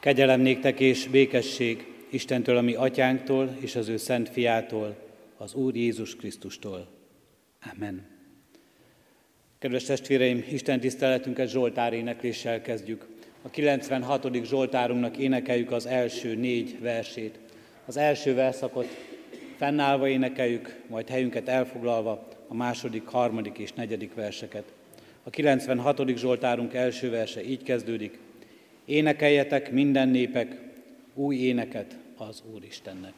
Kegyelem néktek és békesség Istentől, a mi atyánktól, és az ő szent fiától, az Úr Jézus Krisztustól. Amen. Kedves testvéreim, Isten tiszteletünket Zsoltár énekléssel kezdjük. A 96. Zsoltárunknak énekeljük az első 4 versét. Az első verszakot fennállva énekeljük, majd helyünket elfoglalva a második, harmadik és negyedik verseket. A 96. Zsoltárunk első verse így kezdődik: Énekeljetek minden népek új éneket az Úristennek.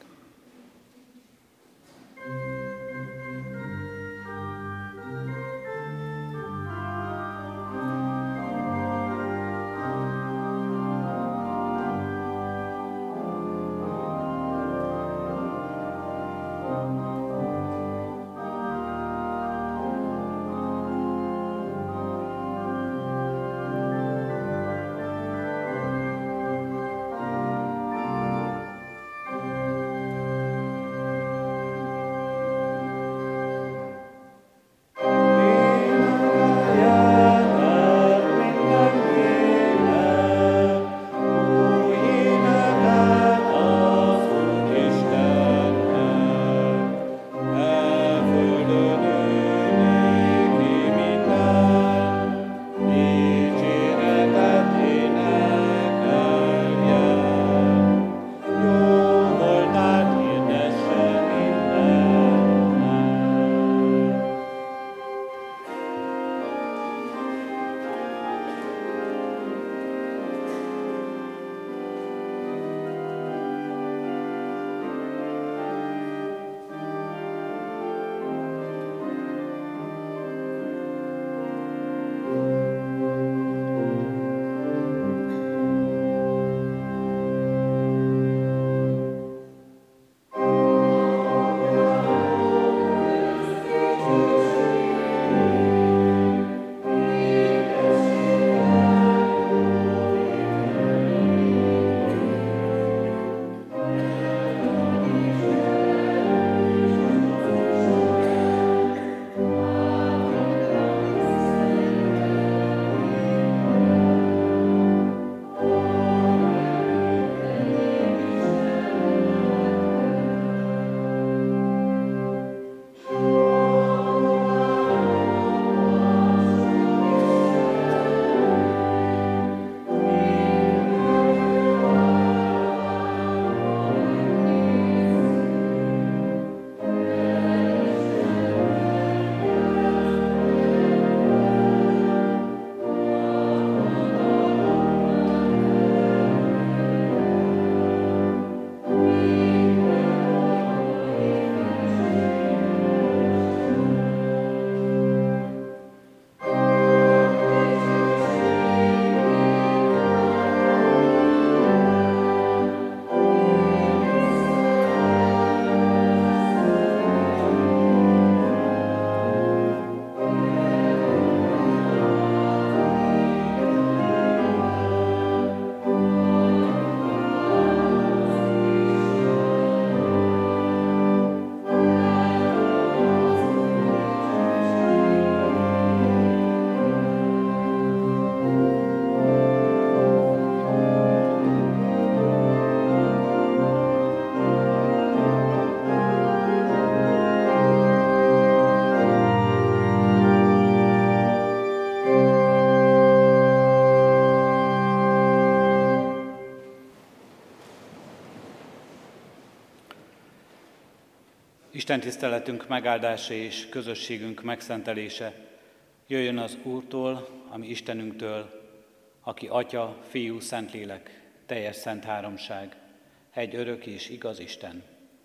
Isten tiszteletünk megáldása és közösségünk megszentelése jöjjön az Úrtól, a mi Istenünktől, aki Atya, Fiú, Szentlélek, teljes szent háromság, egy örök és igaz Isten.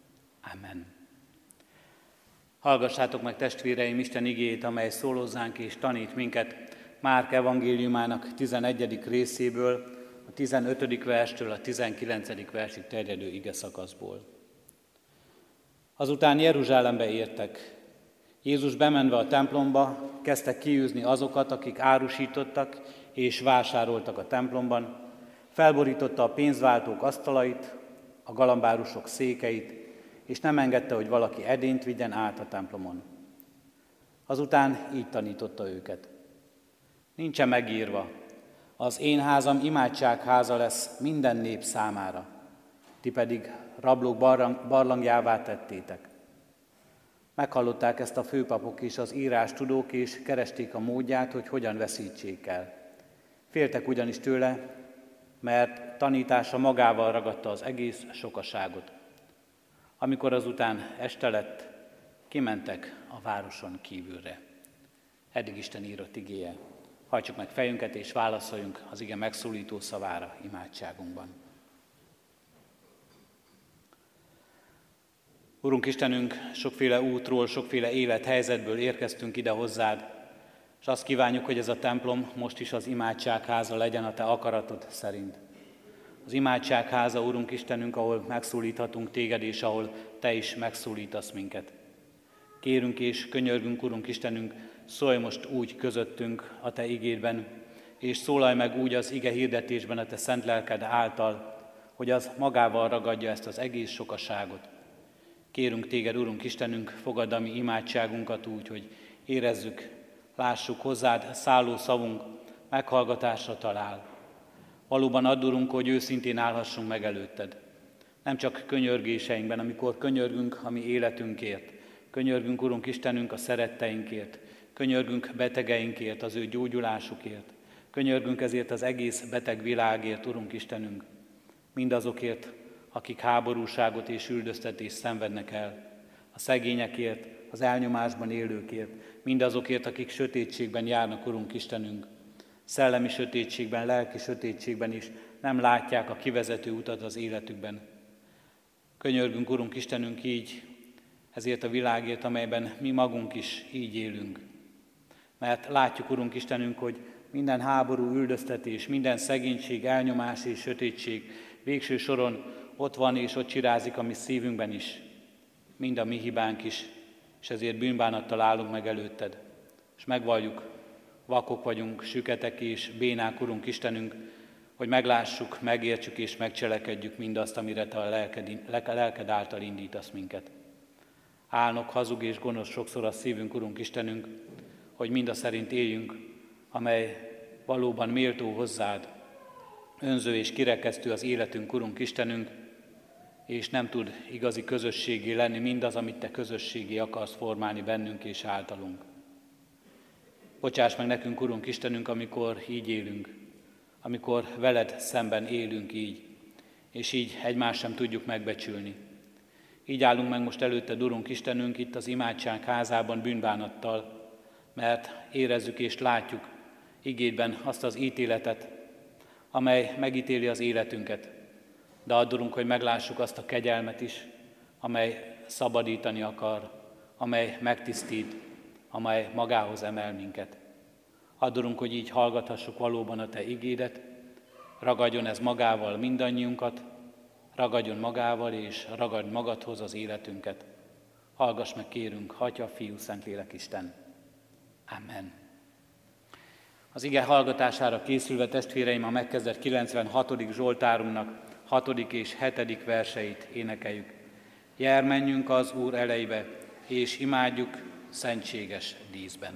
Amen. Hallgassátok meg, testvéreim, Isten igéjét, amely szól hozzánk és tanít minket Márk evangéliumának 11. részéből, a 15. verstől a 19. versig terjedő ige szakaszból. Azután Jeruzsálembe értek. Jézus bemenve a templomba kezdte kiűzni azokat, akik árusítottak és vásároltak a templomban, felborította a pénzváltók asztalait, a galambárusok székeit, és nem engedte, hogy valaki edényt vigyen át a templomon. Azután így tanította őket. Nincsen megírva, Az én házam imádságháza lesz minden nép számára, ti pedig rablók barlangjává tettétek. Meghallották ezt a főpapok és az írástudók, és keresték a módját, hogy hogyan veszítsék el. Féltek ugyanis tőle, mert tanítása magával ragadta az egész sokaságot. Amikor azután este lett, kimentek a városon kívülre. Eddig Isten írott igéje. Hajtsuk meg fejünket és válaszoljunk az ige megszólító szavára imádságunkban. Urunk Istenünk, sokféle útról, sokféle élethelyzetből érkeztünk ide hozzád, és azt kívánjuk, hogy ez a templom most is az imádságháza legyen a te akaratod szerint. Az imádságháza, Urunk Istenünk, ahol megszólíthatunk téged, és ahol te is megszólítasz minket. Kérünk és könyörgünk, Urunk Istenünk, szólj most úgy közöttünk a te igédben, és szólalj meg úgy az ige hirdetésben a te szent lelked által, hogy az magával ragadja ezt az egész sokaságot. Kérünk téged, Urunk Istenünk, fogadd a mi imádságunkat úgy, hogy érezzük, lássuk hozzád szálló szavunk, meghallgatásra talál. Valóban add, Urunk, hogy őszintén állhassunk meg előtted. Nem csak könyörgéseinkben, amikor könyörgünk a mi életünkért, könyörgünk, Urunk Istenünk, a szeretteinkért, könyörgünk betegeinkért, az ő gyógyulásukért, könyörgünk ezért az egész beteg világért, Urunk Istenünk, mindazokért, akik háborúságot és üldöztetést szenvednek el, a szegényekért, az elnyomásban élőkért, mindazokért, akik sötétségben járnak, Urunk Istenünk, szellemi sötétségben, lelki sötétségben is nem látják a kivezető utat az életükben. Könyörgünk, Urunk Istenünk, így ezért a világért, amelyben mi magunk is így élünk. Mert látjuk, Urunk Istenünk, hogy minden háború, üldöztetés, minden szegénység, elnyomás és sötétség végső soron ott van és ott csirázik a mi szívünkben is. Mind a mi hibánk is, és ezért bűnbánattal állunk meg előtted. És megvalljuk, vakok vagyunk, süketek és bénák, Urunk Istenünk, hogy meglássuk, megértsük és megcselekedjük mindazt, amire te a lelked által indítasz minket. Álnok, hazug és gonosz sokszor a szívünk, Urunk Istenünk, hogy mindaz szerint éljünk, amely valóban méltó hozzád, önző és kirekesztő az életünk, Urunk Istenünk, és nem tud igazi közösségé lenni mindaz, amit te közösségé akarsz formálni bennünk és általunk. Bocsáss meg nekünk, Urunk Istenünk, amikor így élünk, amikor veled szemben élünk így, és így egymást sem tudjuk megbecsülni. Így állunk meg most előtted, Urunk Istenünk, itt az imádság házában bűnbánattal, mert érezzük és látjuk igédben azt az ítéletet, amely megítéli az életünket. De add, Urunk, hogy meglássuk azt a kegyelmet is, amely szabadítani akar, amely megtisztít, amely magához emel minket. Add, Urunk, hogy így hallgathassuk valóban a te igédet, ragadjon ez magával mindannyiunkat, ragadjon magával és ragadj magadhoz az életünket. Hallgass meg, kérünk, Atya, Fiú, Szentlélek, Isten. Amen. Az ige hallgatására készülve, testvéreim, a megkezdett 96. Zsoltárunknak 6. és 7. verseit énekeljük. Jár, menjünk az Úr elejébe, és imádjuk szentséges díszben.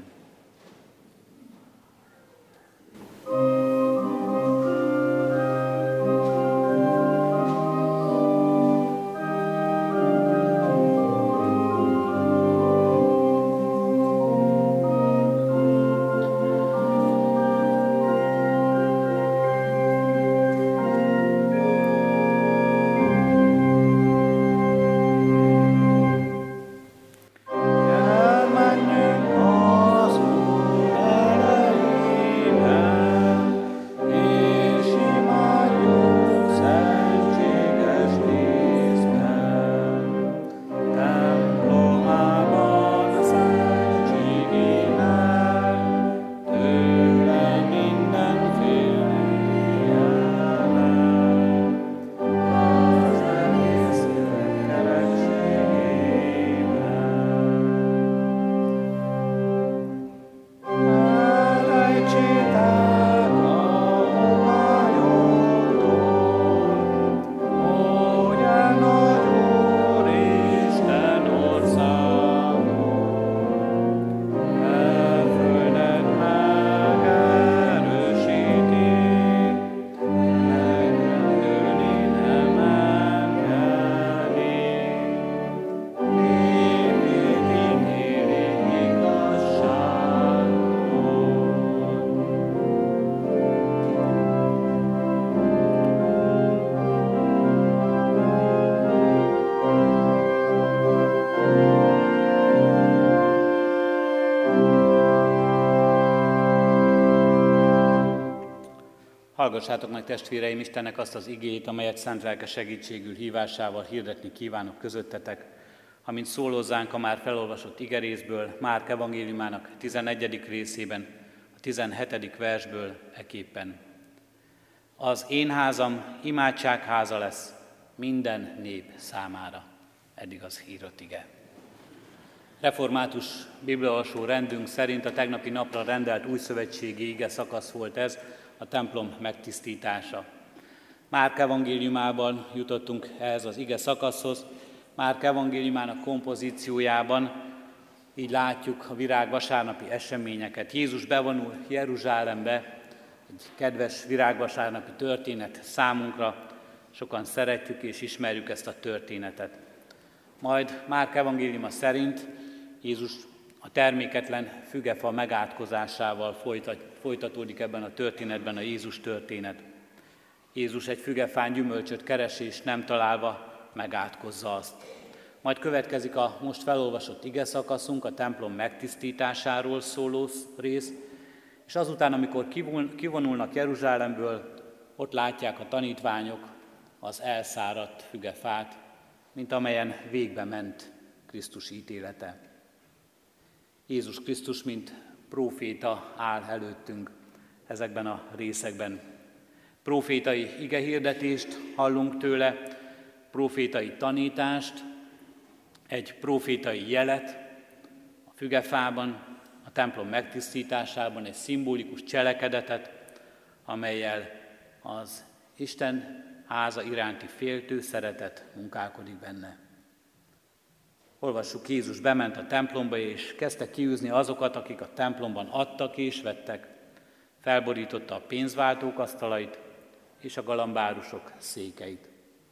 Hallgassátok meg, testvéreim, Istennek azt az igéjét, amelyet szent lelke segítségül hívásával hirdetni kívánok közöttetek, amint szól hozzánk a már felolvasott igerészből, Márk evangéliumának 11. részében, a 17. versből eképpen. Az én házam imádságháza lesz minden nép számára. Eddig az írott ige. Református bibliaolvasó rendünk szerint a tegnapi napra rendelt újszövetségi ige szakasz volt ez, a templom megtisztítása. Márk evangéliumában jutottunk ehhez az ige szakaszhoz. Márk evangéliumának kompozíciójában így látjuk a virágvasárnapi eseményeket. Jézus bevonul Jeruzsálembe, egy kedves virágvasárnapi történet számunkra, sokan szeretjük és ismerjük ezt a történetet. Majd Márk evangéliuma szerint Jézus a terméketlen fügefa megátkozásával folytatódik ebben a történetben a Jézus történet. Jézus egy fügefán gyümölcsöt keres, és nem találva megátkozza azt. Majd következik a most felolvasott ige szakaszunk, a templom megtisztításáról szóló rész, és azután, amikor kivonulnak Jeruzsálemből, ott látják a tanítványok az elszáradt fügefát, mint amelyen végbe ment Krisztus ítélete. Jézus Krisztus, mint próféta áll előttünk ezekben a részekben. Prófétai igehirdetést hallunk tőle, prófétai tanítást, egy prófétai jelet a fügefában, a templom megtisztításában, egy szimbolikus cselekedetet, amellyel az Isten háza iránti féltő szeretet munkálkodik benne. Olvassuk, Jézus bement a templomba, és kezdte kiűzni azokat, akik a templomban adtak és vettek. Felborította a pénzváltók asztalait és a galambárusok székeit.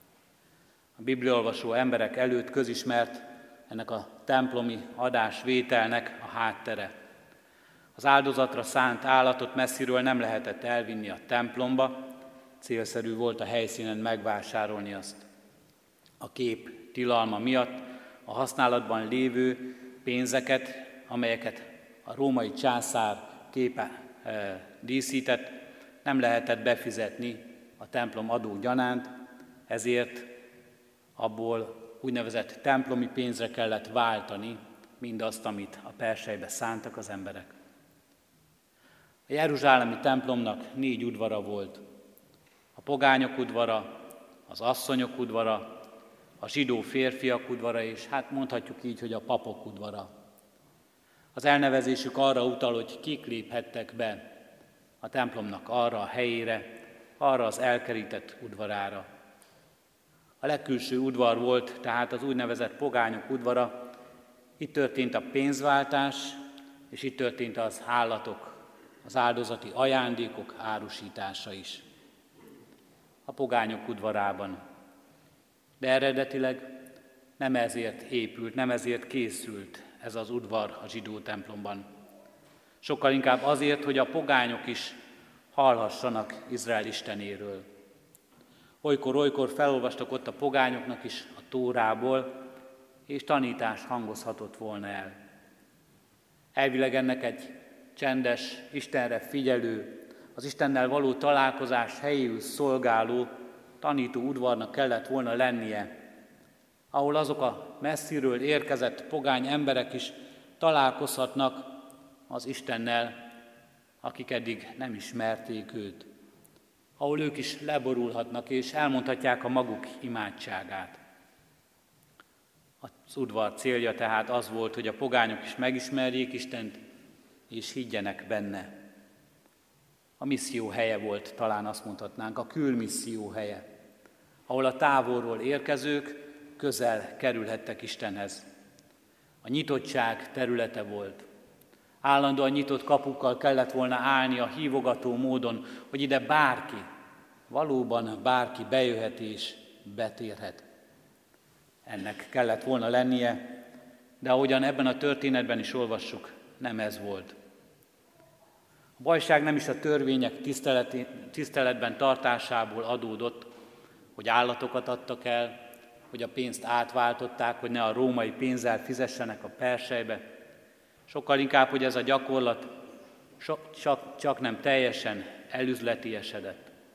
A bibliaolvasó emberek előtt közismert ennek a templomi adásvételnek a háttere. Az áldozatra szánt állatot messziről nem lehetett elvinni a templomba, célszerű volt a helyszínen megvásárolni azt. A kép tilalma miatt a használatban lévő pénzeket, amelyeket a római császár képe díszített, nem lehetett befizetni a templom adó gyanánt, ezért abból úgynevezett templomi pénzre kellett váltani mindazt, amit a perselybe szántak az emberek. A jeruzsálemi templomnak 4 udvara volt. A pogányok udvara, az asszonyok udvara, a zsidó férfiak udvara, és hát mondhatjuk így, hogy a papok udvara. Az elnevezésük arra utal, hogy kik léphettek be a templomnak arra a helyére, arra az elkerített udvarára. A legkülső udvar volt tehát az úgynevezett pogányok udvara, itt történt a pénzváltás, és itt történt az állatok, az áldozati ajándékok árusítása is. A pogányok udvarában. De eredetileg nem ezért épült, nem ezért készült ez az udvar a zsidó templomban. Sokkal inkább azért, hogy a pogányok is hallhassanak Izrael Istenéről. Olykor felolvastak ott a pogányoknak is a Tórából, és tanítás hangozhatott volna el. Elvileg ennek egy csendes, Istenre figyelő, az Istennel való találkozás helyéül szolgáló tanító udvarnak kellett volna lennie, ahol azok a messziről érkezett pogány emberek is találkozhatnak az Istennel, akik eddig nem ismerték őt, ahol ők is leborulhatnak és elmondhatják a maguk imádságát. Az udvar célja tehát az volt, hogy a pogányok is megismerjék Istent, és higgyenek benne. A misszió helye volt, talán azt mondhatnánk, a külmisszió helye, ahol a távolról érkezők közel kerülhettek Istenhez. A nyitottság területe volt. Állandóan nyitott kapukkal kellett volna állni a hívogató módon, hogy ide bárki, valóban bárki bejöhet és betérhet. Ennek kellett volna lennie, de ahogyan ebben a történetben is olvassuk, nem ez volt. A bajság nem is a törvények tiszteletben tartásából adódott, hogy állatokat adtak el, hogy a pénzt átváltották, hogy ne a római pénzzel fizessenek a perselybe. Sokkal inkább, hogy ez a gyakorlat csak nem teljesen elüzletiesedett.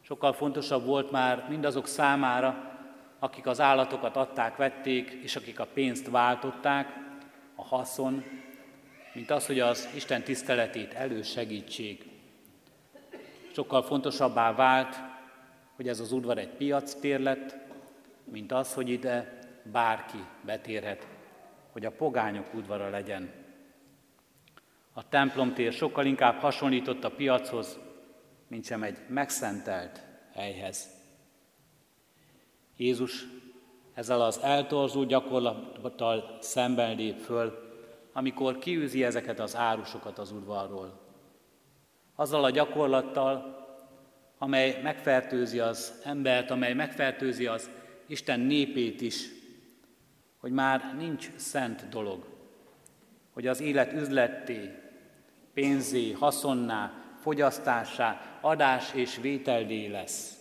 Sokkal fontosabb volt már mindazok számára, akik az állatokat adták, vették, és akik a pénzt váltották, a haszon, mint az, hogy az Isten tiszteletét elősegítsék. Sokkal fontosabbá vált, hogy ez az udvar egy piactér lett, mint az, hogy ide bárki betérhet, hogy a pogányok udvara legyen. A templomtér sokkal inkább hasonlított a piachoz, mint sem egy megszentelt helyhez. Jézus ezzel az eltorzult gyakorlattal szemben lép föl, amikor kiűzi ezeket az árusokat az udvarról. Azzal a gyakorlattal, amely megfertőzi az embert, amely megfertőzi az Isten népét is, hogy már nincs szent dolog, hogy az élet üzletté, pénzé, haszonná, fogyasztássá, adás és vételdé lesz.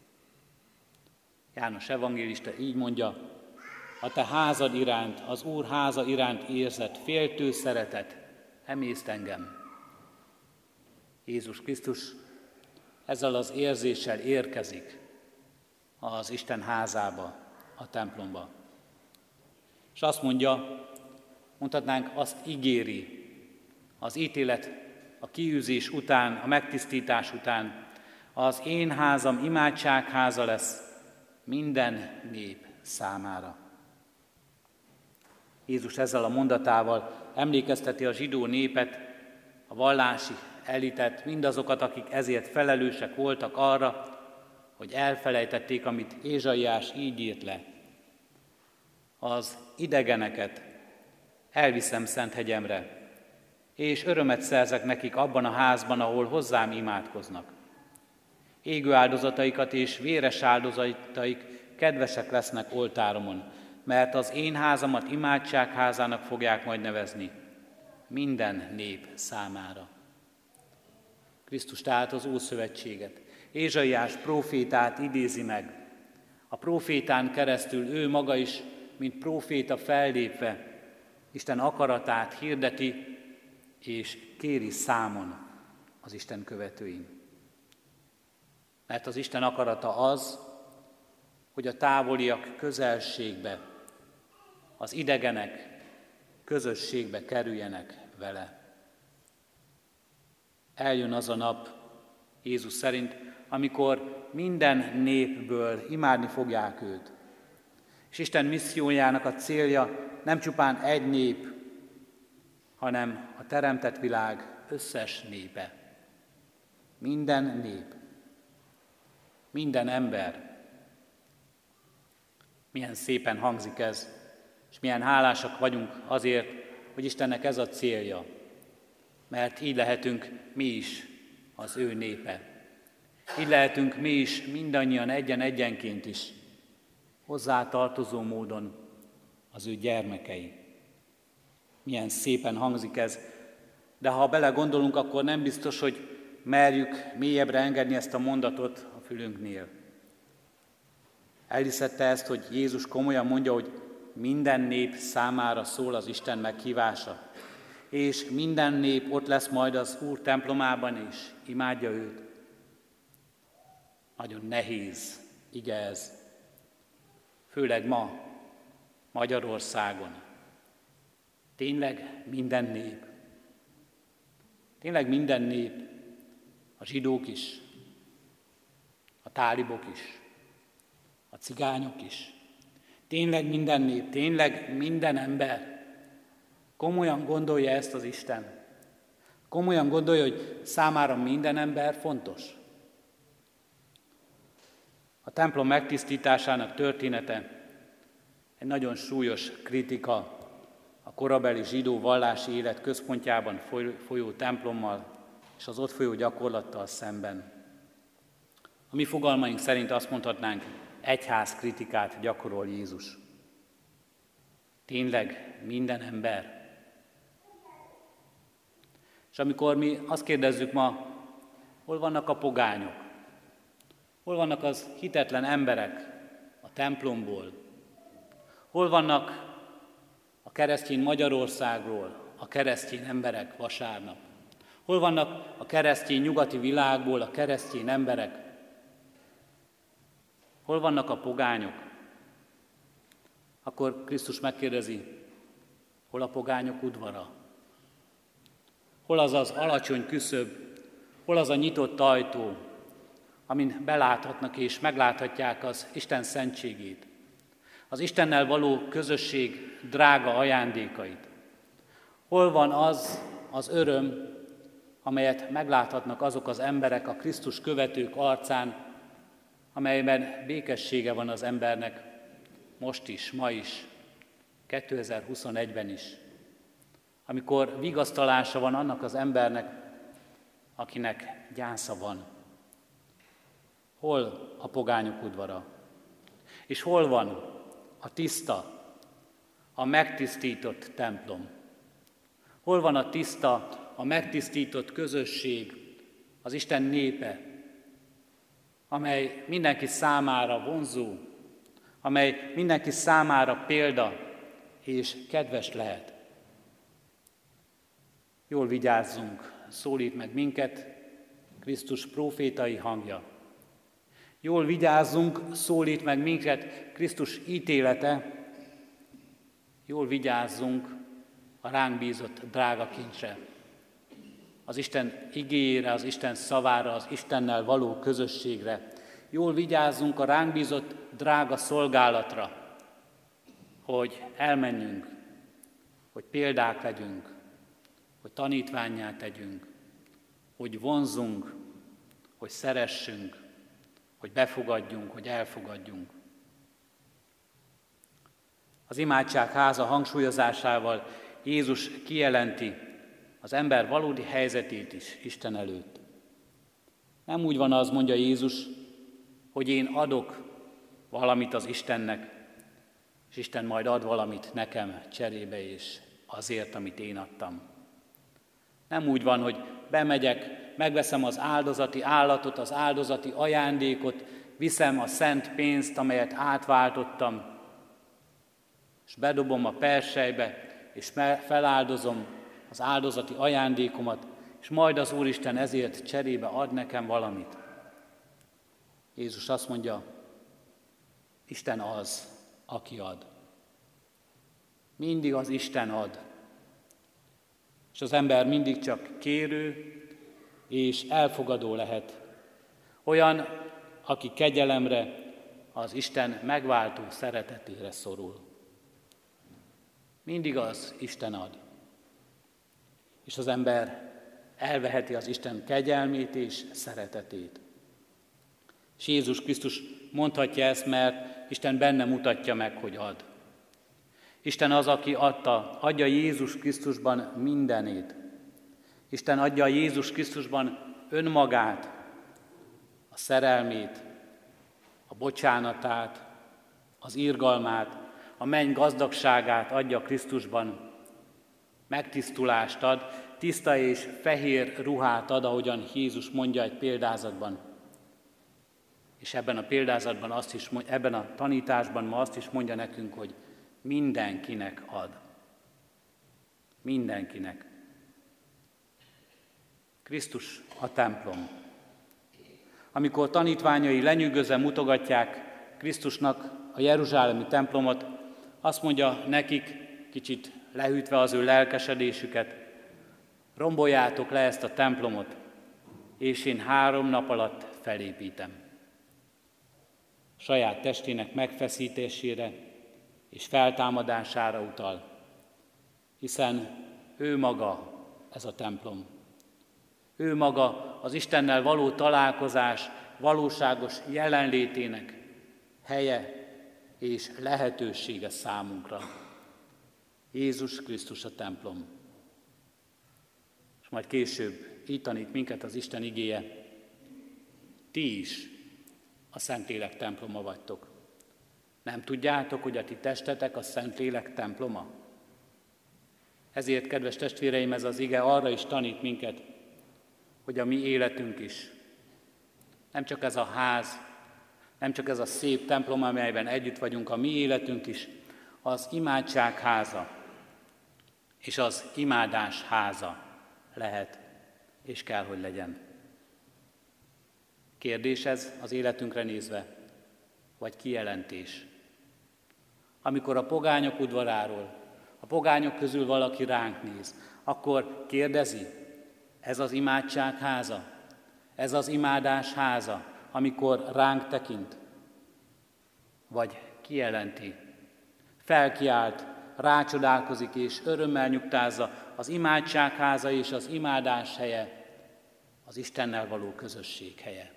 János evangélista így mondja, a te házad iránt, az Úr háza iránt érzett féltő szeretet emészt engem. Jézus Krisztus ezzel az érzéssel érkezik az Isten házába, a templomba. És azt mondja, mondhatnánk, azt ígéri az ítélet, a kiűzés után, a megtisztítás után, az én házam imádságháza lesz minden nép számára. Jézus ezzel a mondatával emlékezteti a zsidó népet, a vallási elitet, mindazokat, akik ezért felelősek voltak arra, hogy elfelejtették, amit Ézsaiás így írt le. Az idegeneket elviszem Szenthegyemre, és örömet szerzek nekik abban a házban, ahol hozzám imádkoznak. Égő áldozataikat és véres áldozataik kedvesek lesznek oltáromon, mert az én házamat imádságházának fogják majd nevezni minden nép számára. Krisztus tehát az Ószövetséget, Ézsaiás prófétát idézi meg. A prófétán keresztül ő maga is, mint próféta fellépve, Isten akaratát hirdeti és kéri számon az Isten követőin. Mert az Isten akarata az, hogy a távoliak közelségbe, az idegenek közösségbe kerüljenek vele. Eljön az a nap, Jézus szerint, amikor minden népből imádni fogják őt. És Isten missziójának a célja nem csupán egy nép, hanem a teremtett világ összes népe. Minden nép, minden ember. Milyen szépen hangzik ez, és milyen hálásak vagyunk azért, hogy Istennek ez a célja, mert így lehetünk mi is az ő népe. Így lehetünk mi is mindannyian egyenként is hozzá tartozó módon az ő gyermekei. Milyen szépen hangzik ez, de ha belegondolunk, akkor nem biztos, hogy merjük mélyebbre engedni ezt a mondatot a fülünknél. Elhiszette ezt, hogy Jézus komolyan mondja, hogy minden nép számára szól az Isten meghívása, és minden nép ott lesz majd az Úr templomában is, imádja őt. Nagyon nehéz ige ez, főleg ma Magyarországon. Tényleg minden nép. Tényleg minden nép, a zsidók is, a tálibok is, a cigányok is. Tényleg minden nép, tényleg minden ember. Komolyan gondolja ezt az Isten. Komolyan gondolja, hogy számára minden ember fontos. A templom megtisztításának története egy nagyon súlyos kritika a korabeli zsidó vallási élet központjában folyó templommal és az ott folyó gyakorlattal szemben. A mi fogalmaink szerint azt mondhatnánk, egyház kritikát gyakorol Jézus. Tényleg minden ember. És amikor mi azt kérdezzük ma, hol vannak a pogányok? Hol vannak az hitetlen emberek a templomból? Hol vannak a keresztény Magyarországról a keresztény emberek vasárnap? Hol vannak a keresztény nyugati világból a keresztény emberek Hol vannak a pogányok? Akkor Krisztus megkérdezi, hol a pogányok udvara? Hol az az alacsony küszöb, hol az a nyitott ajtó, amin beláthatnak és megláthatják az Isten szentségét, az Istennel való közösség drága ajándékait. Hol van az öröm, amelyet megláthatnak azok az emberek a Krisztus követők arcán, amelyben békessége van az embernek most is, ma is, 2021-ben is, amikor vigasztalása van annak az embernek, akinek gyásza van. Hol a pogányok udvara? És hol van a tiszta, a megtisztított templom? Hol van a tiszta, a megtisztított közösség, az Isten népe, amely mindenki számára vonzó, amely mindenki számára példa és kedves lehet? Jól vigyázzunk, szólít meg minket Krisztus prófétai hangja. Jól vigyázzunk, szólít meg minket Krisztus ítélete. Jól vigyázzunk a ránk bízott drága kincsre, az Isten igéjére, az Isten szavára, az Istennel való közösségre. Jól vigyázzunk a ránk bízott drága szolgálatra, hogy elmenjünk, hogy példák legyünk, hogy tanítvánnyá tegyünk, hogy vonzzunk, hogy szeressünk, hogy befogadjunk, hogy elfogadjunk. Az imádság háza hangsúlyozásával Jézus kijelenti az ember valódi helyzetét is Isten előtt. Nem úgy van az, mondja Jézus, hogy én adok valamit az Istennek, és Isten majd ad valamit nekem cserébe és azért, amit én adtam. Nem úgy van, hogy bemegyek, megveszem az áldozati állatot, az áldozati ajándékot, viszem a szent pénzt, amelyet átváltottam, és bedobom a perselybe, és feláldozom az áldozati ajándékomat, és majd az Úristen ezért cserébe ad nekem valamit. Jézus azt mondja, Isten az, aki ad. Mindig az Isten ad. És az ember mindig csak kérő és elfogadó lehet. Olyan, aki kegyelemre, az Isten megváltó szeretetére szorul. Mindig az Isten ad. És az ember elveheti az Isten kegyelmét és szeretetét. És Jézus Krisztus mondhatja ezt, mert Isten benne mutatja meg, hogy ad. Isten az, aki adja Jézus Krisztusban mindenét. Isten adja Jézus Krisztusban önmagát, a szerelmét, a bocsánatát, az irgalmát, a menny gazdagságát adja Krisztusban. Megtisztulást ad, tiszta és fehér ruhát ad, ahogyan Jézus mondja egy példázatban. És ebben a példázatban, ebben a tanításban ma azt is mondja nekünk, hogy mindenkinek ad. Mindenkinek. Krisztus a templom. Amikor tanítványai lenyűgözve mutogatják Krisztusnak a jeruzsálemi templomot, azt mondja nekik, kicsit lehűtve az ő lelkesedésüket, romboljátok le ezt a templomot, és én 3 nap alatt felépítem. Saját testének megfeszítésére és feltámadására utal, hiszen ő maga ez a templom. Ő maga az Istennel való találkozás valóságos jelenlétének helye és lehetősége számunkra. Jézus Krisztus a templom. És majd később így tanít minket az Isten igéje. Ti is a Szentlélek temploma vagytok. Nem tudjátok, hogy a ti testetek a Szentlélek temploma? Ezért, kedves testvéreim, ez az ige arra is tanít minket, hogy a mi életünk is. Nem csak ez a ház, nem csak ez a szép templom, amelyben együtt vagyunk, a mi életünk is az imádság háza és az imádás háza lehet és kell, hogy legyen. Kérdés ez az életünkre nézve. vagy kijelentés. Amikor a pogányok udvaráról, a pogányok közül valaki ránk néz, akkor kérdezi, ez az imádság háza, ez az imádás háza, amikor ránk tekint, vagy kijelenti, felkiált, rácsodálkozik és örömmel nyugtázza, az imádság háza és az imádás helye, az Istennel való közösség helye.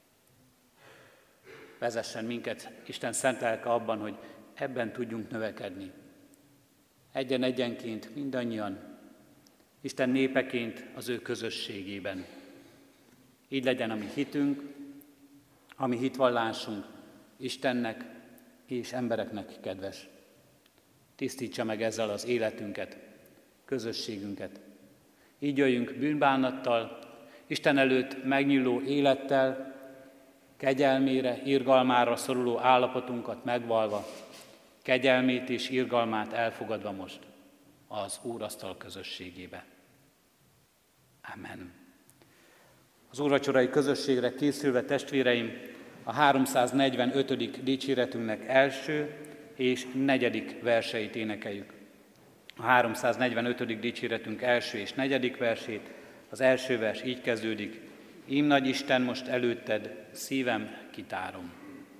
Vezessen minket Isten szent lelke abban, hogy ebben tudjunk növekedni. Egyen-egyenként mindannyian, Isten népeként az ő közösségében. Így legyen a mi hitünk, a mi hitvallásunk Istennek és embereknek kedves. Tisztítsa meg ezzel az életünket, közösségünket. Így jöjjünk bűnbánattal, Isten előtt megnyíló élettel, kegyelmére, irgalmára szoruló állapotunkat megvalva, kegyelmét és irgalmát elfogadva most az Úrasztal közösségébe. Amen. Az úrvacsorai közösségre készülve, testvéreim, a 345. dicséretünknek első és negyedik verseit énekeljük. A 345. dicséretünk első és negyedik versét, az első vers így kezdődik: Ím nagy Isten, most előtted szívem kitárom.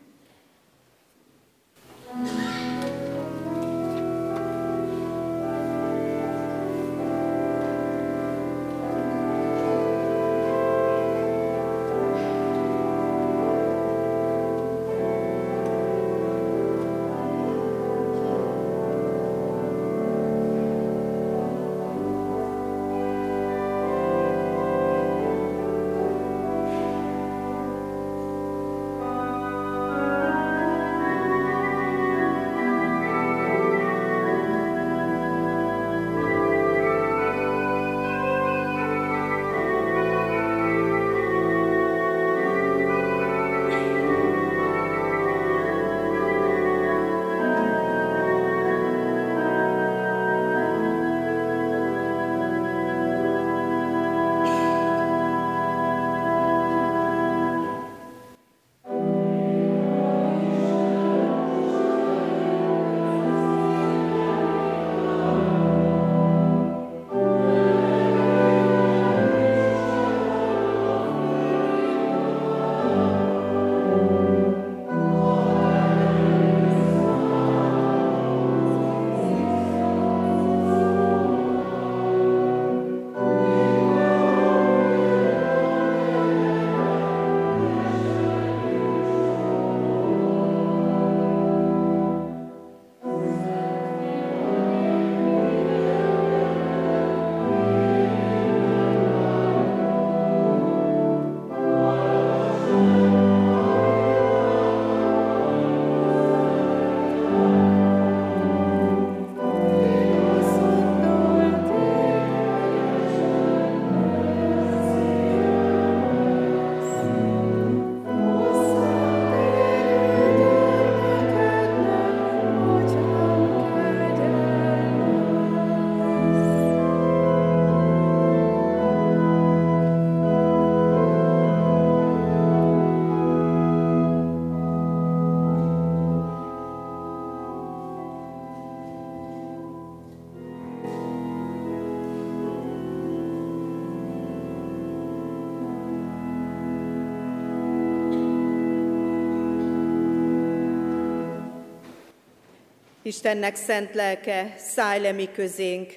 Istennek szent lelke, szállj le mi közénk,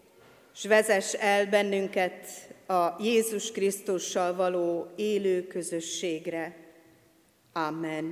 s vezess el bennünket a Jézus Krisztussal való élő közösségre. Amen.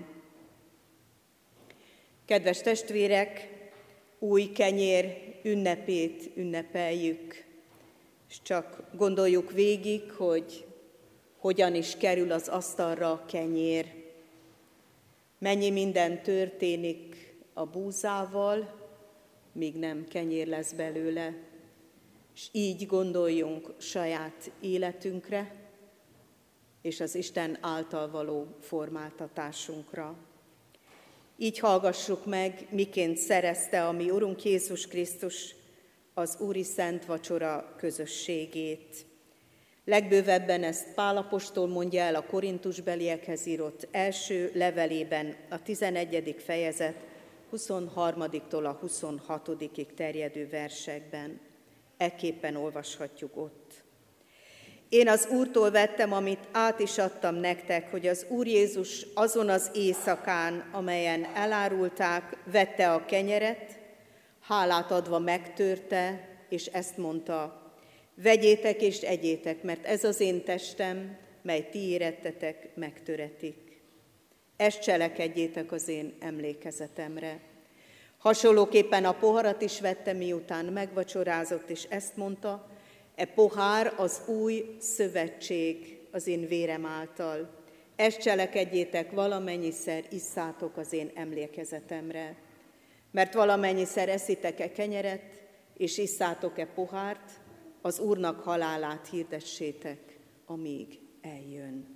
Kedves testvérek, új kenyér ünnepét ünnepeljük, és csak gondoljuk végig, hogy hogyan is kerül az asztalra a kenyér. Mennyi minden történik a búzával, míg nem kenyér lesz belőle, és így gondoljunk saját életünkre, és az Isten által való formáltatásunkra. Így hallgassuk meg, miként szerezte a mi Urunk Jézus Krisztus az Úri Szent Vacsora közösségét. Legbővebben ezt Pál apostol mondja el a korintusbeliekhez írott első levelében, a 11. fejezet 23-tól a 26-ig terjedő versekben. Ekképpen olvashatjuk ott. Én az Úrtól vettem, amit át is adtam nektek, hogy az Úr Jézus azon az éjszakán, amelyen elárulták, vette a kenyeret, hálát adva megtörte, és ezt mondta: vegyétek és egyétek, mert ez az én testem, mely ti érettetek, megtöretik. Ezt cselekedjétek az én emlékezetemre. Hasonlóképpen a poharat is vette, miután megvacsorázott, és ezt mondta: e pohár az új szövetség az én vérem által. Ezt cselekedjétek, valamennyiszer isszátok az én emlékezetemre. Mert valamennyiszer eszitek-e kenyeret, és isszátok-e pohárt, az Úrnak halálát hirdessétek, amíg eljön.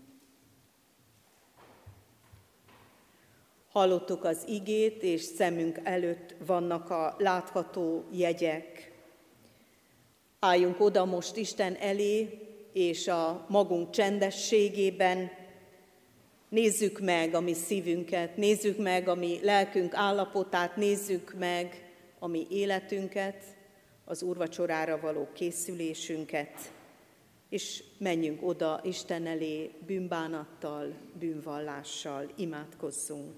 Hallottuk az igét, és szemünk előtt vannak a látható jegyek. Álljunk oda most Isten elé, és a magunk csendességében nézzük meg a mi szívünket, nézzük meg a mi lelkünk állapotát, nézzük meg a mi életünket, az úrvacsorára való készülésünket, és menjünk oda Isten elé bűnbánattal, bűnvallással, imádkozzunk.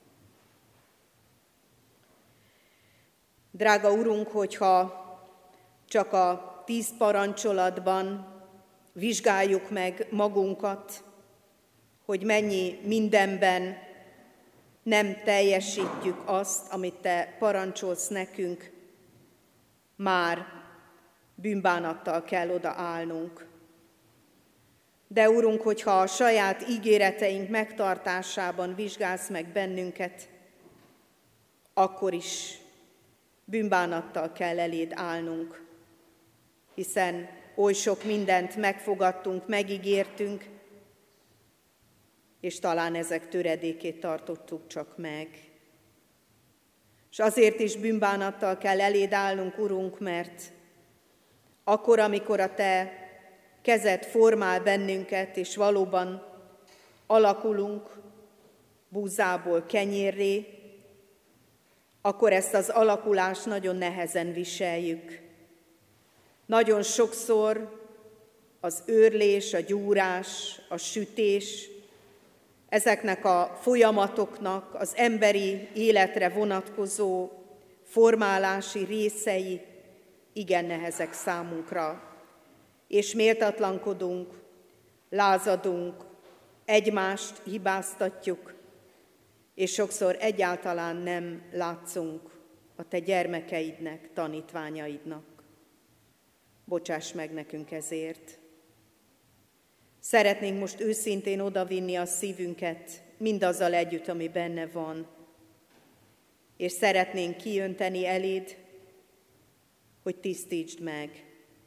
Drága Urunk, hogyha csak a 10 parancsolatban vizsgáljuk meg magunkat, hogy mennyi mindenben nem teljesítjük azt, amit Te parancsolsz nekünk, már bűnbánattal kell odaállnunk. De Urunk, hogyha a saját ígéreteink megtartásában vizsgálsz meg bennünket, akkor is bűnbánattal kell eléd állnunk, hiszen oly sok mindent megfogadtunk, megígértünk, és talán ezek töredékét tartottuk csak meg. És azért is bűnbánattal kell eléd állnunk, Urunk, mert akkor, amikor a Te kezed formál bennünket, és valóban alakulunk búzából kenyérré, akkor ezt az alakulást nagyon nehezen viseljük. Nagyon sokszor az őrlés, a gyúrás, a sütés, ezeknek a folyamatoknak az emberi életre vonatkozó formálási részei igen nehezek számunkra, és méltatlankodunk, lázadunk, egymást hibáztatjuk, és sokszor egyáltalán nem látszunk a Te gyermekeidnek, tanítványaidnak. Bocsáss meg nekünk ezért. Szeretnénk most őszintén odavinni a szívünket mindazzal együtt, ami benne van, és szeretnénk kiönteni eléd, hogy tisztítsd meg,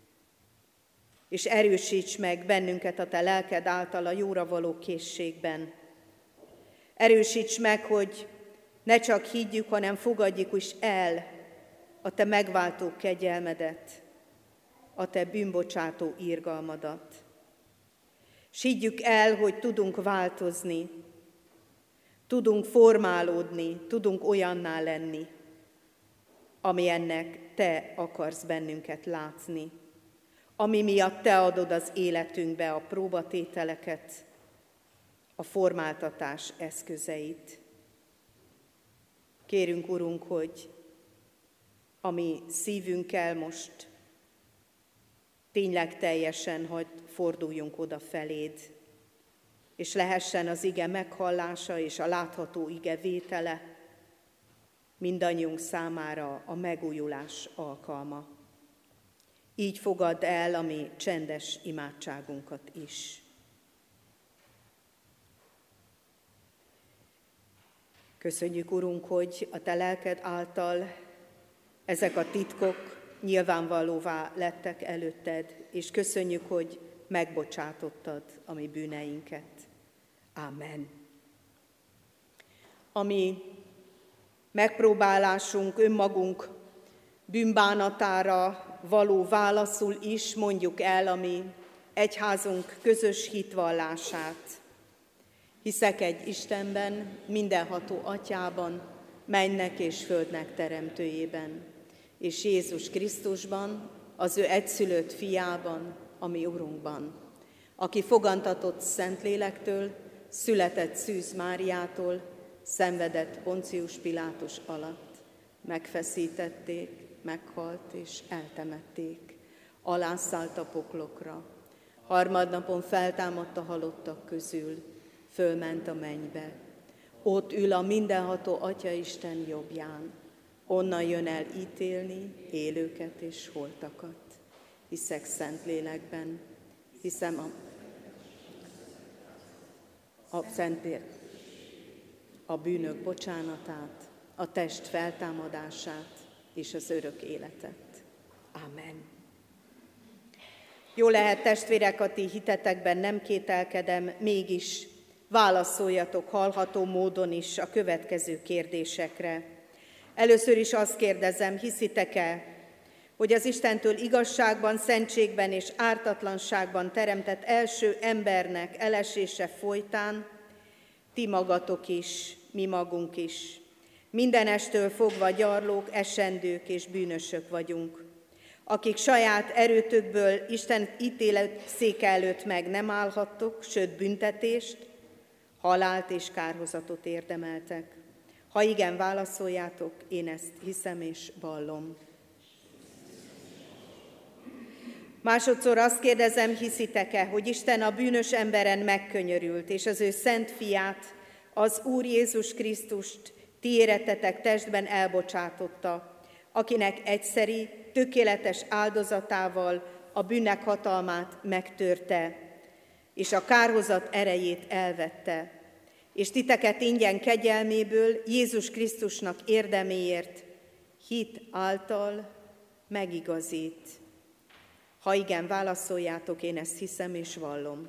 és erősíts meg bennünket a Te lelked által a jóra való készségben. Erősíts meg, hogy ne csak higgyük, hanem fogadjuk is el a Te megváltó kegyelmedet, a Te bűnbocsátó irgalmadat. S higgyük el, hogy tudunk változni, tudunk formálódni, tudunk olyanná lenni, amilyennek Te akarsz bennünket látni, ami miatt Te adod az életünkbe a próbatételeket, a formáltatás eszközeit. Kérünk, Urunk, hogy a mi szívünkkel most tényleg teljesen, hogy forduljunk oda feléd, és lehessen az ige meghallása és a látható ige vétele mindannyiunk számára a megújulás alkalma. Így fogadd el a mi csendes imádságunkat is. Köszönjük, Urunk, hogy a Te lelked által ezek a titkok nyilvánvalóvá lettek előtted, és köszönjük, hogy megbocsátottad a mi bűneinket. Ámen. A mi megpróbálásunk önmagunk bűnbánatára való válaszul is mondjuk el a mi egyházunk közös hitvallását. Hiszek egy Istenben, mindenható Atyában, mennek és földnek teremtőjében, és Jézus Krisztusban, az ő egyszülött fiában, a mi Urunkban, aki fogantatott Szentlélektől, született Szűz Máriától, szenvedett Poncius Pilátus alatt. Megfeszítették, meghalt és eltemették. Alászállt a poklokra. Harmadnapon feltámadt a halottak közül, fölment a mennybe. Ott ül a mindenható Atyaisten jobbján. Onnan jön el ítélni élőket és holtakat. Hiszek Szentlélekben, hiszem a Szentér, a bűnök bocsánatát, a test feltámadását és az örök életet. Amen. Jó lehet, testvérek, a ti hitetekben nem kételkedem, mégis válaszoljatok hallható módon is a következő kérdésekre. Először is azt kérdezem, hiszitek-e, hogy az Istentől igazságban, szentségben és ártatlanságban teremtett első embernek elesése folytán ti magatok is, mi magunk is, mindenestől fogva gyarlók, esendők és bűnösök vagyunk, akik saját erőtökből Isten ítélet széke előtt meg nem állhattok, sőt büntetést, halált és kárhozatot érdemeltek. Ha igen, válaszoljátok, én ezt hiszem és vallom. Másodszor azt kérdezem, hiszitek-e, hogy Isten a bűnös emberen megkönyörült, és az ő szent fiát, az Úr Jézus Krisztust ti érettetek testben elbocsátotta, akinek egyszeri, tökéletes áldozatával a bűnnek hatalmát megtörte, és a kárhozat erejét elvette, és titeket ingyen kegyelméből Jézus Krisztusnak érdeméért hit által megigazít. Ha igen, válaszoljátok, én ezt hiszem és vallom.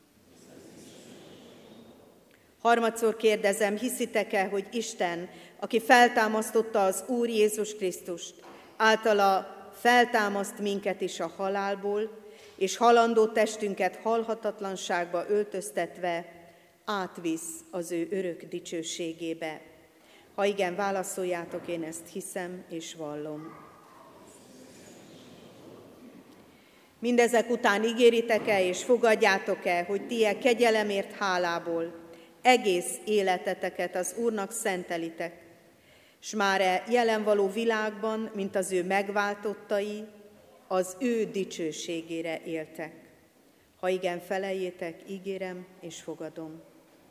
Harmadszor kérdezem, hiszitek-e, hogy Isten, aki feltámasztotta az Úr Jézus Krisztust, általa feltámaszt minket is a halálból, és halandó testünket halhatatlanságba öltöztetve átvisz az ő örök dicsőségébe. Ha igen, válaszoljátok, én ezt hiszem és vallom. Mindezek után ígéritek-e és fogadjátok-e, hogy ti kegyelemért hálából egész életeteket az Úrnak szentelitek, s már jelen való világban, mint az ő megváltottai, az ő dicsőségére éltek. Ha igen, feleljétek, ígérem és fogadom.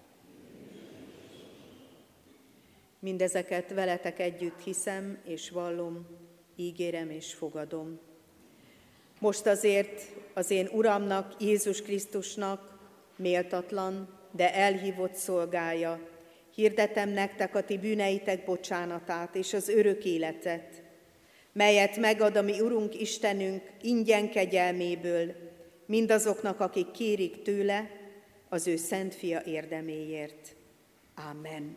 Mindezeket veletek együtt hiszem és vallom, ígérem és fogadom. Most azért az én Uramnak, Jézus Krisztusnak méltatlan, de elhívott szolgája, hirdetem nektek a ti bűneitek bocsánatát és az örök életet, melyet megad a mi Urunk Istenünk ingyen kegyelméből mindazoknak, akik kérik tőle az ő szent fia érdeméért. Amen.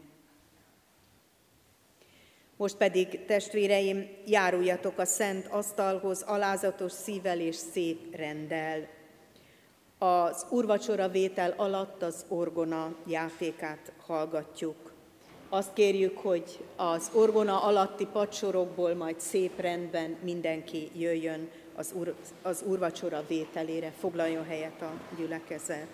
Most pedig, testvéreim, járuljatok a szent asztalhoz alázatos szívvel és szép renddel. Az úrvacsora vétel alatt az orgona játékát hallgatjuk. Azt kérjük, hogy az orgona alatti padsorokból majd szép rendben mindenki jöjjön az úrvacsora vételére, foglaljon helyet a gyülekezet.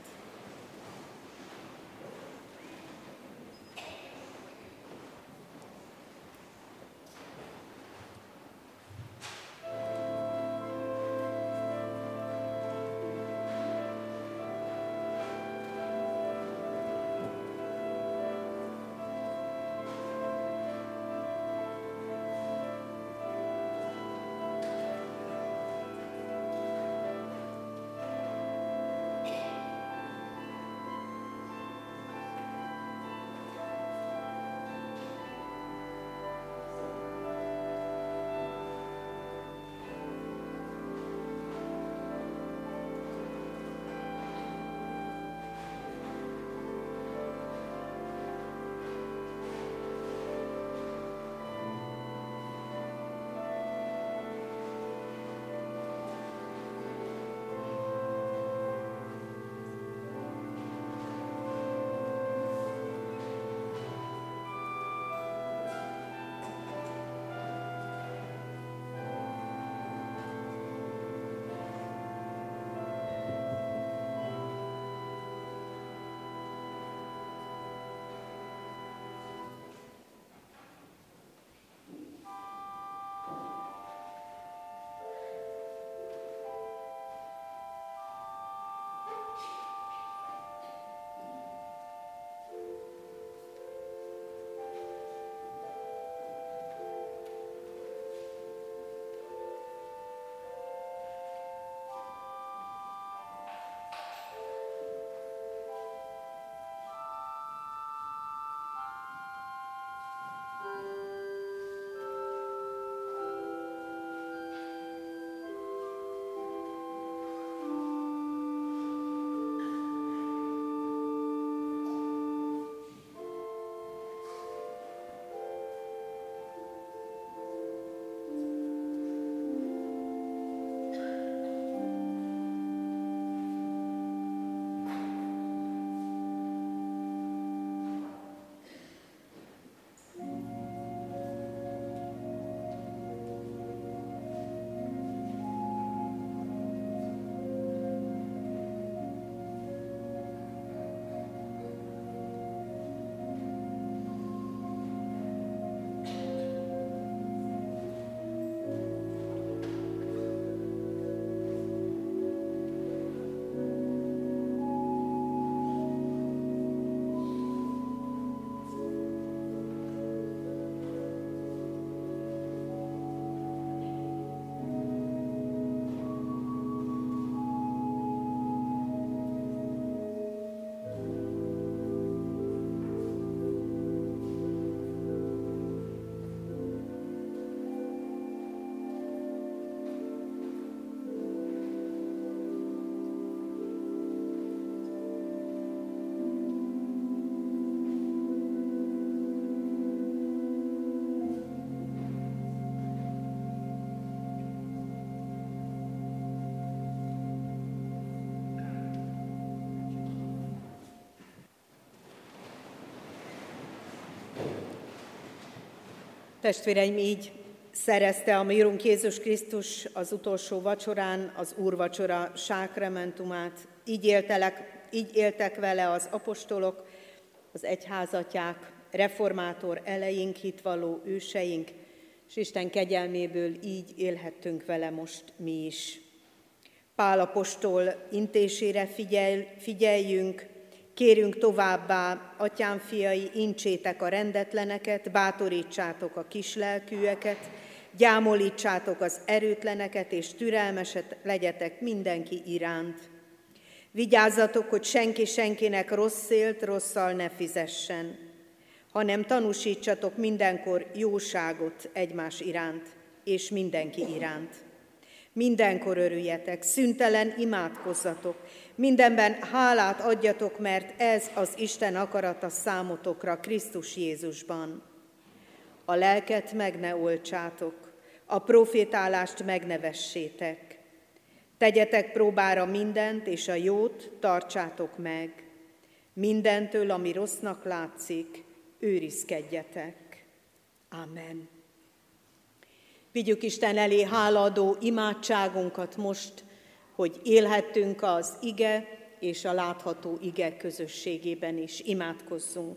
Testvéreim, így szerezte a mi Urunk Jézus Krisztus az utolsó vacsorán az úrvacsora sákramentumát. Így éltek vele az apostolok, az egyházatják, reformátor eleink, hitvalló őseink, és Isten kegyelméből így élhettünk vele most mi is. Pál apostol intésére figyeljünk, kérünk továbbá, atyám fiai, intsétek a rendetleneket, bátorítsátok a kislelkűeket, gyámolítsátok az erőtleneket, és türelmesek legyetek mindenki iránt. Vigyázzatok, hogy senki senkinek rosszélt rosszal ne fizessen, hanem tanúsítsatok mindenkor jóságot egymás iránt, és mindenki iránt. Mindenkor örüljetek, szüntelen imádkozzatok, mindenben hálát adjatok, mert ez az Isten akarata számotokra Krisztus Jézusban. A lelket meg ne oltsátok, a profétálást meg ne vessétek. Tegyetek próbára mindent, és a jót tartsátok meg. Mindentől, ami rossznak látszik, őrizkedjetek. Amen. Vigyük Isten elé hálaadó imádságunkat most, hogy élhettünk az ige és a látható ige közösségében is. Imádkozzunk.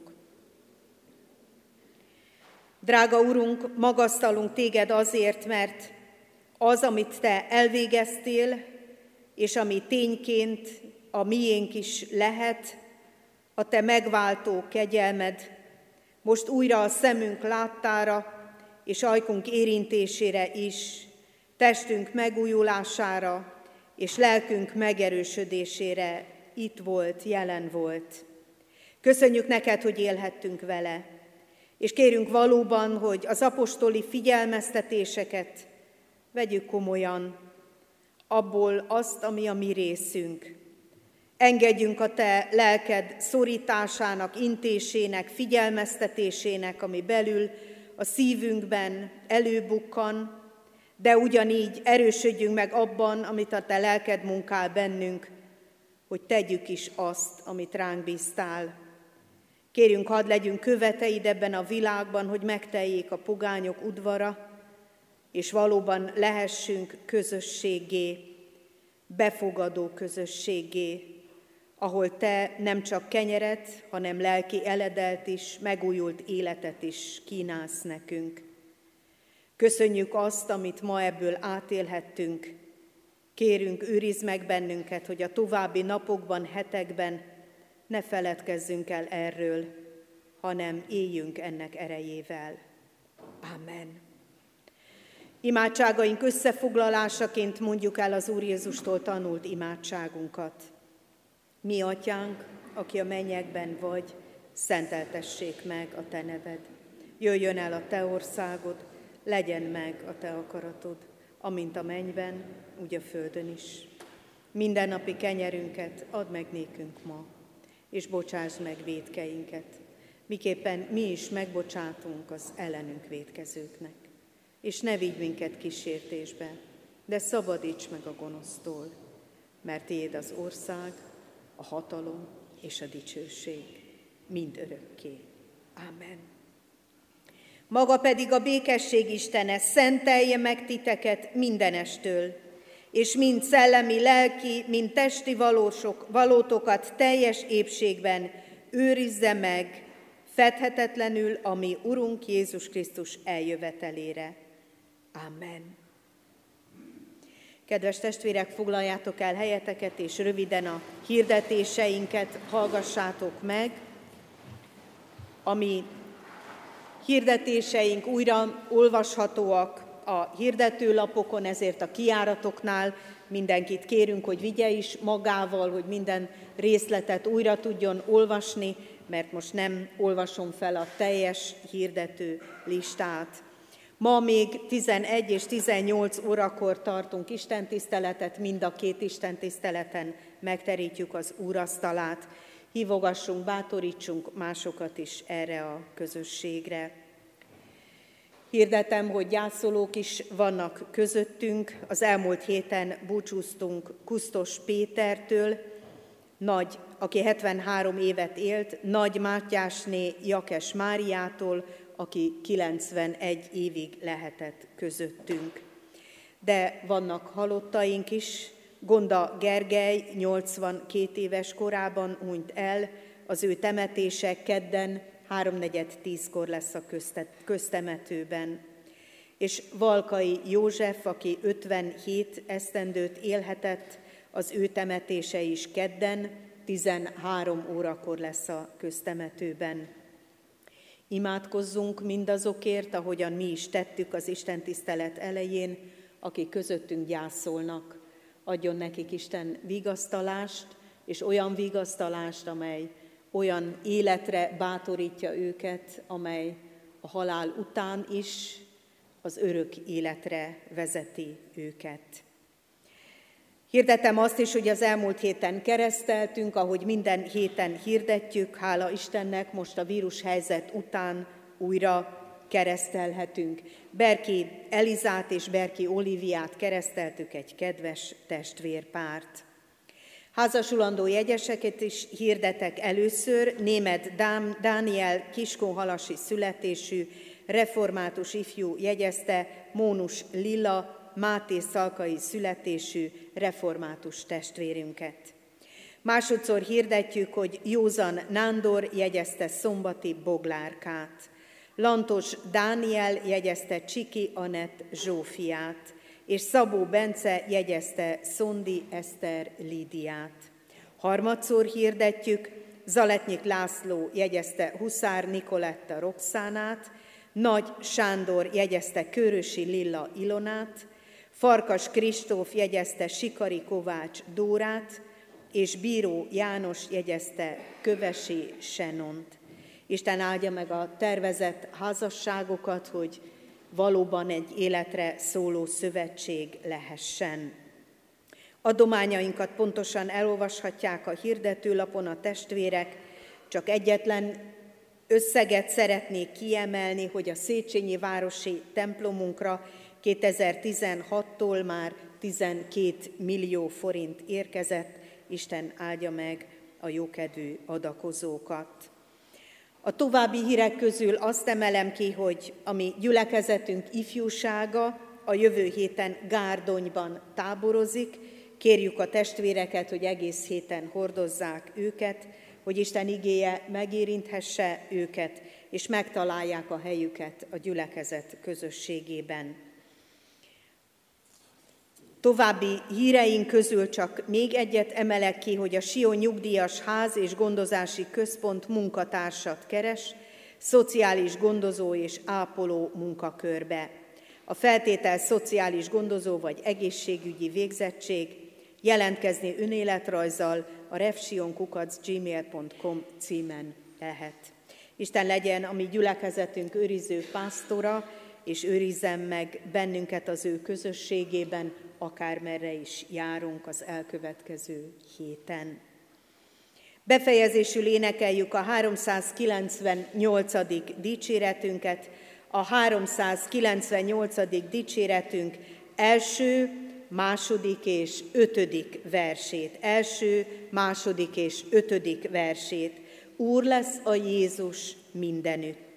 Drága Urunk, magasztalunk Téged azért, mert az, amit Te elvégeztél, és ami tényként a miénk is lehet, a Te megváltó kegyelmed, most újra a szemünk láttára, és ajkunk érintésére is, testünk megújulására, és lelkünk megerősödésére itt volt, jelen volt. Köszönjük neked, hogy élhettünk vele, és kérünk valóban, hogy az apostoli figyelmeztetéseket vegyük komolyan, abból azt, ami a mi részünk. Engedjünk a Te lelked szorításának, intésének, figyelmeztetésének, ami belül a szívünkben előbukkan, de ugyanígy erősödjünk meg abban, amit a Te lelked munkál bennünk, hogy tegyük is azt, amit ránk bíztál. Kérjünk, hadd legyünk követeid ebben a világban, hogy megteljék a pogányok udvara, és valóban lehessünk közösségé, befogadó közösségé, ahol Te nem csak kenyeret, hanem lelki eledelt is, megújult életet is kínálsz nekünk. Köszönjük azt, amit ma ebből átélhettünk. Kérünk, őrizd meg bennünket, hogy a további napokban, hetekben ne feledkezzünk el erről, hanem éljünk ennek erejével. Amen. Imádságaink összefoglalásaként mondjuk el az Úr Jézustól tanult imádságunkat. Mi atyánk, aki a mennyekben vagy, szenteltessék meg a Te neved. Jöjjön el a Te országod, legyen meg a Te akaratod, amint a mennyben, úgy a földön is. Mindennapi kenyerünket add meg nékünk ma, és bocsásd meg vétkeinket, miképpen mi is megbocsátunk az ellenünk vétkezőknek. És ne vigy minket kísértésbe, de szabadíts meg a gonosztól, mert Tiéd az ország, a hatalom és a dicsőség mind örökké. Amen. Maga pedig a békesség Istene szentelje meg titeket mindenestől, és mind szellemi, lelki, mind testi valótokat teljes épségben őrizze meg, fedhetetlenül a mi Urunk Jézus Krisztus eljövetelére. Amen. Kedves testvérek, foglaljátok el helyeteket, és röviden a hirdetéseinket hallgassátok meg. A mi hirdetéseink újra olvashatóak a hirdetőlapokon, ezért a kijáratoknál mindenkit kérünk, hogy vigye is magával, hogy minden részletet újra tudjon olvasni, mert most nem olvasom fel a teljes hirdető listát. Ma még 11 és 18 órakor tartunk istentiszteletet, mind a két istentiszteleten megterítjük az úrasztalát. Hívogassunk, bátorítsunk másokat is erre a közösségre. Hirdetem, hogy gyászolók is vannak közöttünk. Az elmúlt héten búcsúztunk Kusztos Pétertől, aki 73 évet élt, Nagy Mátyásné Jakes Máriától, aki 91 évig lehetett közöttünk. De vannak halottaink is. Gonda Gergely 82 éves korában hunyt el, az ő temetése kedden 3:4-10-kor lesz a köztemetőben. És Valkai József, aki 57 esztendőt élhetett, az ő temetése is kedden 13 órakor lesz a köztemetőben. Imádkozzunk mindazokért, ahogyan mi is tettük az istentisztelet elején, akik közöttünk gyászolnak. Adjon nekik Isten vigasztalást, és olyan vigasztalást, amely olyan életre bátorítja őket, amely a halál után is az örök életre vezeti őket. Hirdetem azt is, hogy az elmúlt héten kereszteltünk, ahogy minden héten hirdetjük, hála Istennek, most a vírushelyzet után újra keresztelhetünk. Berki Elizát és Berki Oliviát kereszteltük, egy kedves testvérpárt. Házasulandó jegyeseket is hirdetek először. Németh Dániel kiskunhalasi születésű református ifjú jegyezte, Mónus Lilla Máté szalkai születésű református testvérünket. Másodszor hirdetjük, hogy Józan Nándor jegyezte Szombati Boglárkát. Lantos Dániel jegyezte Csiki Anett Zsófiát, és Szabó Bence jegyezte Szondi Eszter Lídiát. Harmadszor hirdetjük, Zaletnyik László jegyezte Huszár Nikoletta Roxánát, Nagy Sándor jegyezte Kőrösi Lilla Ilonát, Farkas Kristóf jegyezte Sikari Kovács Dórát, és Bíró János jegyezte Kövesi Senont. Isten áldja meg a tervezett házasságokat, hogy valóban egy életre szóló szövetség lehessen. Adományainkat pontosan elolvashatják a hirdetőlapon a testvérek, csak egyetlen összeget szeretnék kiemelni, hogy a Széchenyi városi templomunkra 2016-tól már 12 millió forint érkezett. Isten áldja meg a jókedvű adakozókat. A további hírek közül azt emelem ki, hogy a mi gyülekezetünk ifjúsága a jövő héten Gárdonyban táborozik. Kérjük a testvéreket, hogy egész héten hordozzák őket, hogy Isten igéje megérinthesse őket, és megtalálják a helyüket a gyülekezet közösségében. További híreink közül csak még egyet emelek ki, hogy a Sion Nyugdíjas Ház és Gondozási Központ munkatársat keres, szociális gondozó és ápoló munkakörbe. A feltétel szociális gondozó vagy egészségügyi végzettség, jelentkezni önéletrajzzal a refsion@gmail.com címen lehet. Isten legyen a mi gyülekezetünk őriző pásztora, és őrizzen meg bennünket az ő közösségében, akármerre is járunk az elkövetkező héten. Befejezésül énekeljük a 398. dicséretünket, a 398. dicséretünk első, második és ötödik versét. Első, második és ötödik versét. Úr lesz a Jézus mindenütt.